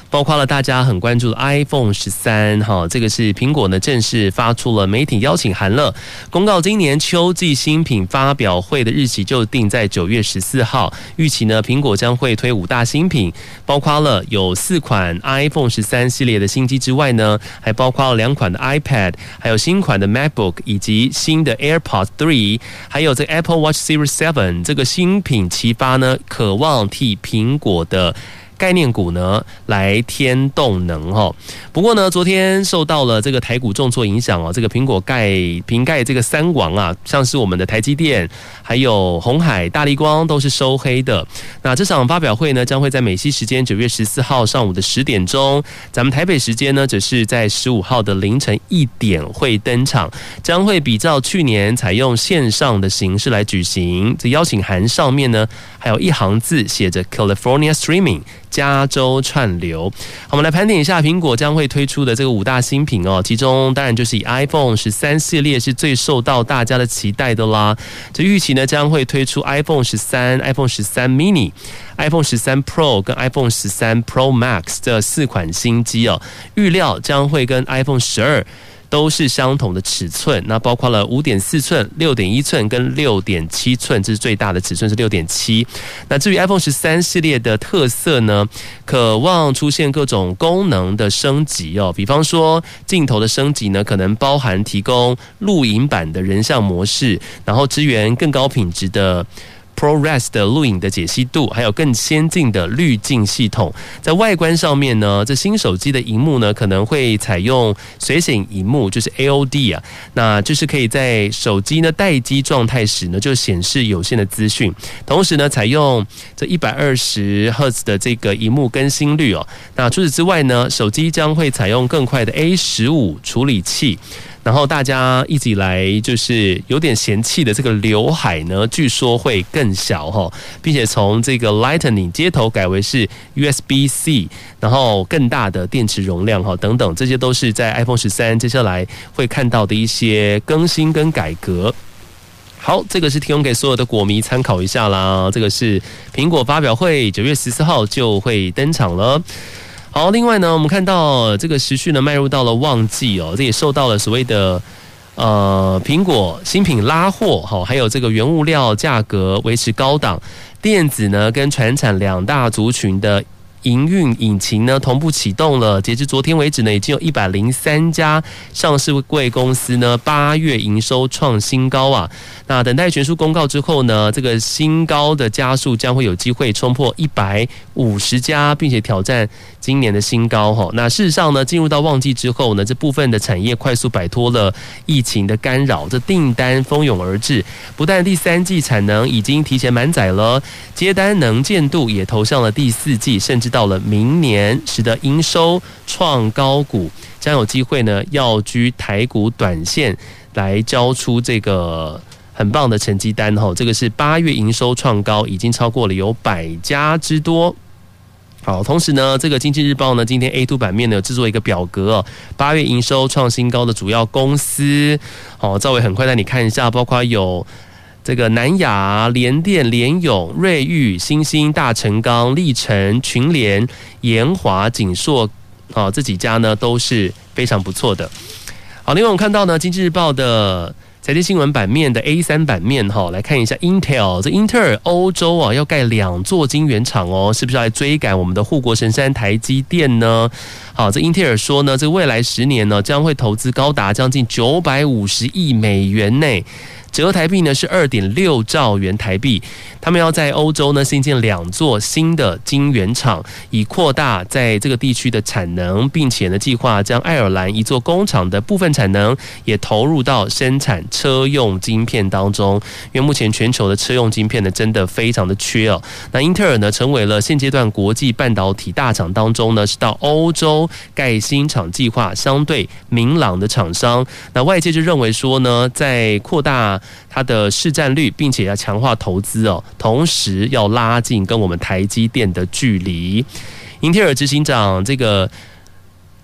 包括了大家很关注的 iPhone 十三，哈，这个是苹果呢正式发出了媒体邀请函了，公告今年秋季新品发表会的日期就定在九月十四号，预期呢苹果将会推五大新品，包括了有四款 iPhone 十三系列的新机之外呢，还包括了两款的 iPad， 还有新款的 MacBook 以及新的 AirPods 三，还有这 Apple Watch Series 七，这个新品齐发呢，渴望替苹果的概念股呢来添动能哈，不过呢，昨天受到了这个台股重挫影响哦，这个苹果概瓶盖这个三王啊，像是我们的台积电、还有鸿海、大立光都是收黑的。那这场发表会呢，将会在美西时间九月十四号上午的十点钟，咱们台北时间呢，则是在十五号的凌晨一点会登场，将会比照去年采用线上的形式来举行。这邀请函上面呢，还有一行字写着 California Streaming。加州串流，好，我们来盘点一下苹果将会推出的这个五大新品哦，其中当然就是以 iPhone 十三系列是最受到大家的期待的啦。这预期呢将会推出 iPhone 十三、iPhone 十三 mini、iPhone 十三 Pro 跟 iPhone 十三 Pro Max 这四款新机哦，预料将会跟 iPhone 十二。都是相同的尺寸，那包括了 五点四寸、六点一寸跟 六点七寸，这是最大的尺寸是 六点七。那至于 iPhone 十三系列的特色呢，渴望出现各种功能的升级哦，比方说镜头的升级呢，可能包含提供录影版的人像模式，然后支援更高品质的ProRes 的录影的解析度，还有更先进的滤镜系统。在外观上面呢，这新手机的萤幕呢，可能会采用随显萤幕，就是 A O D 啊，那就是可以在手机呢待机状态时呢，就显示有线的资讯。同时呢，采用这一百二十赫兹的这个萤幕更新率哦。那除此之外呢，手机将会采用更快的 A 十五 处理器。然后大家一直以来就是有点嫌弃的这个刘海呢，据说会更小哈，并且从这个 Lightning 接头改为是 U S B C， 然后更大的电池容量哈等等，这些都是在 iPhone 十三接下来会看到的一些更新跟改革。好，这个是提供给所有的果迷参考一下啦。这个是苹果发表会，九月十四号就会登场了。好，另外呢，我们看到这个时序呢迈入到了旺季哦，这也受到了所谓的呃苹果新品拉货，好，还有这个原物料价格维持高档，电子呢跟传产两大族群的营运引擎呢同步启动了，截至昨天为止呢，已经有一百零三家上市柜公司呢八月营收创新高啊。那等待全数公告之后呢，这个新高的家数将会有机会冲破一百五十家，并且挑战今年的新高哈。那事实上呢，进入到旺季之后呢，这部分的产业快速摆脱了疫情的干扰，这订单蜂拥而至，不但第三季产能已经提前满载了，接单能见度也投向了第四季，甚至到了明年，使得营收创高股将有机会呢，要居台股短线来交出这个很棒的成绩单哈。这个是八月营收创高，已经超过了有百家之多。好，同时呢，这个经济日报呢，今天 A 二 版面呢有制作一个表格哦，八月营收创新高的主要公司。好，赵伟很快带你看一下，包括有这个南亚、联电、联咏、瑞昱、新兴、大成钢、力成、群联、研华、景硕，啊，这几家呢都是非常不错的。好，另外我们看到呢，经济日报的财经新闻版面的 A 三 版面哈，来看一下 Intel， 这英特尔欧洲啊要盖两座晶圆厂哦，是不是要来追赶我们的护国神山台积电呢？好，这英特尔说呢，这未来十年呢将会投资高达将近九百五十亿美元内。折台币呢是 二点六兆元台币，他们要在欧洲呢新建两座新的晶圆厂，以扩大在这个地区的产能，并且呢计划将爱尔兰一座工厂的部分产能也投入到生产车用晶片当中，因为目前全球的车用晶片呢真的非常的缺哦。那英特尔呢成为了现阶段国际半导体大厂当中呢是到欧洲盖新厂计划相对明朗的厂商，那外界就认为说呢，在扩大它的市占率，并且要强化投资哦，同时要拉近跟我们台积电的距离。英特尔执行长这个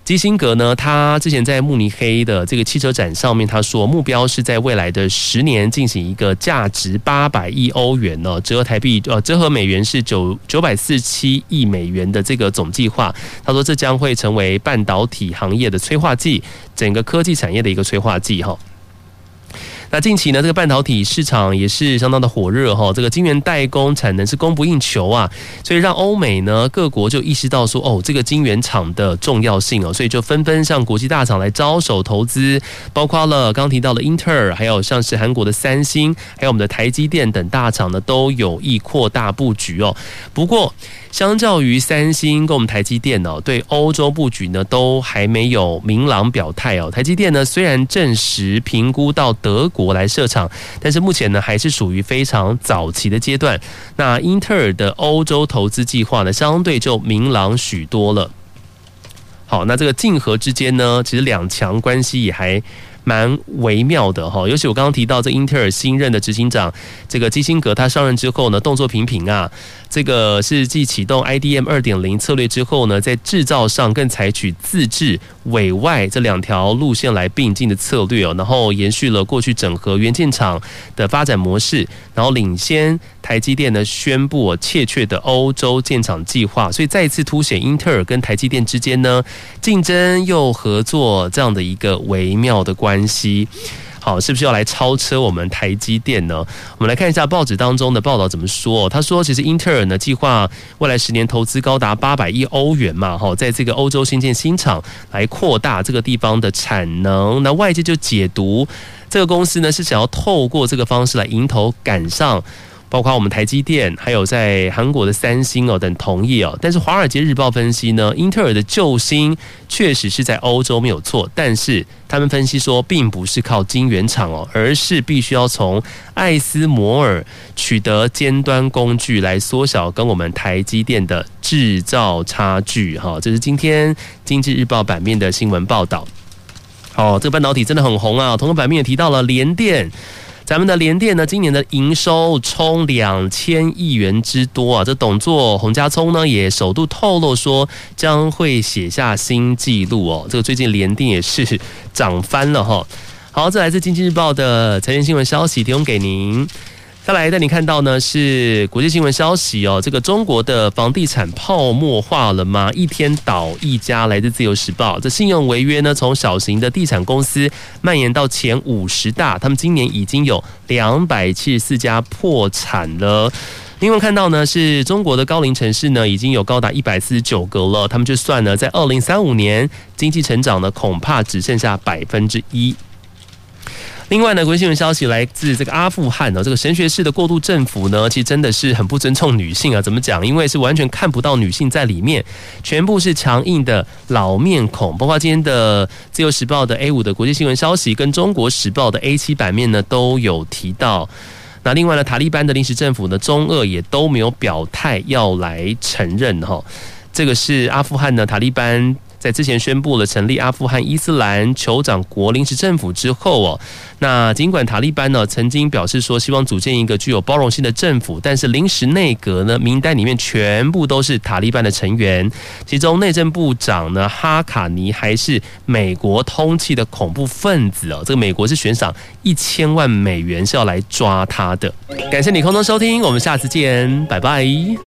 基辛格呢，他之前在慕尼黑的这个汽车展上面，他说目标是在未来的十年进行一个价值八百亿欧元呢，折合台币呃折合美元是九九百四十七亿美元的这个总计划。他说这将会成为半导体行业的催化剂，整个科技产业的一个催化剂哈。那近期呢，这个半导体市场也是相当的火热哈，这个晶圆代工产能是供不应求啊，所以让欧美呢各国就意识到说，哦，这个晶圆厂的重要性哦，所以就纷纷向国际大厂来招手投资，包括了刚提到的英特尔，还有像是韩国的三星，还有我们的台积电等大厂呢，都有意扩大布局哦。不过，相较于三星跟我们台积电哦，对欧洲布局呢都还没有明朗表态哦。台积电呢虽然证实评估到德国来设厂，但是目前呢还是属于非常早期的阶段。那英特尔的欧洲投资计划呢，相对就明朗许多了。好，那这个竞合之间呢，其实两强关系也还蛮微妙的哈，尤其我刚刚提到这英特尔新任的执行长这个基辛格，他上任之后呢，动作频频啊，这个是继启动 I D M 二点零 策略之后呢，在制造上更采取自制委外这两条路线来并进的策略哦，然后延续了过去整合元件厂的发展模式，然后领先台积电呢宣布哦切确的欧洲建厂计划，所以再一次凸显英特尔跟台积电之间呢竞争又合作这样的一个微妙的关系。好，是不是要来超车我们台积电呢？我们来看一下报纸当中的报道怎么说。他说，其实英特尔呢计划未来十年投资高达八百亿欧元嘛，哈，在这个欧洲新建新厂来扩大这个地方的产能。那外界就解读这个公司呢是想要透过这个方式来迎头赶上。包括我们台积电，还有在韩国的三星哦等同业哦，但是《华尔街日报》分析呢，英特尔的救星确实是在欧洲没有错，但是他们分析说，并不是靠晶圆厂哦，而是必须要从艾斯摩尔取得尖端工具来缩小跟我们台积电的制造差距哈。这是今天《经济日报》版面的新闻报道。哦，这个半导体真的很红啊！同个版面也提到了联电。咱们的联电呢，今年的营收冲两千亿元之多啊！这董座洪家聪呢，也首度透露说将会写下新纪录哦。这个最近联电也是涨翻了哈。好，这来自经济日报的财经新闻消息，提供给您。再来带你看到呢是国际新闻消息哦，这个中国的房地产泡沫化了吗？一天倒一家，来自自由时报。这信用违约呢，从小型的地产公司蔓延到前五十大，他们今年已经有两百七十四家破产了。另外看到呢，是中国的高龄城市呢，已经有高达一百四十九个了。他们就算呢，在二零三五年经济成长呢，恐怕只剩下百分之一。另外呢，国际新闻消息来自这个阿富汗哦，这个神学式的过渡政府呢，其实真的是很不尊重女性啊。怎么讲？因为是完全看不到女性在里面，全部是强硬的老面孔。包括今天的自由时报的 A 五 的国际新闻消息，跟中国时报的 A 七 版面呢都有提到。那另外呢，塔利班的临时政府呢，中俄也都没有表态要来承认哈。这个是阿富汗的塔利班。在之前宣布了成立阿富汗伊斯兰酋长国临时政府之后哦，那尽管塔利班呢曾经表示说希望组建一个具有包容性的政府，但是临时内阁呢名单里面全部都是塔利班的成员，其中内政部长呢哈卡尼还是美国通缉的恐怖分子哦，这个美国是悬赏一千万美元是要来抓他的。感谢你空中收听，我们下次见，拜拜。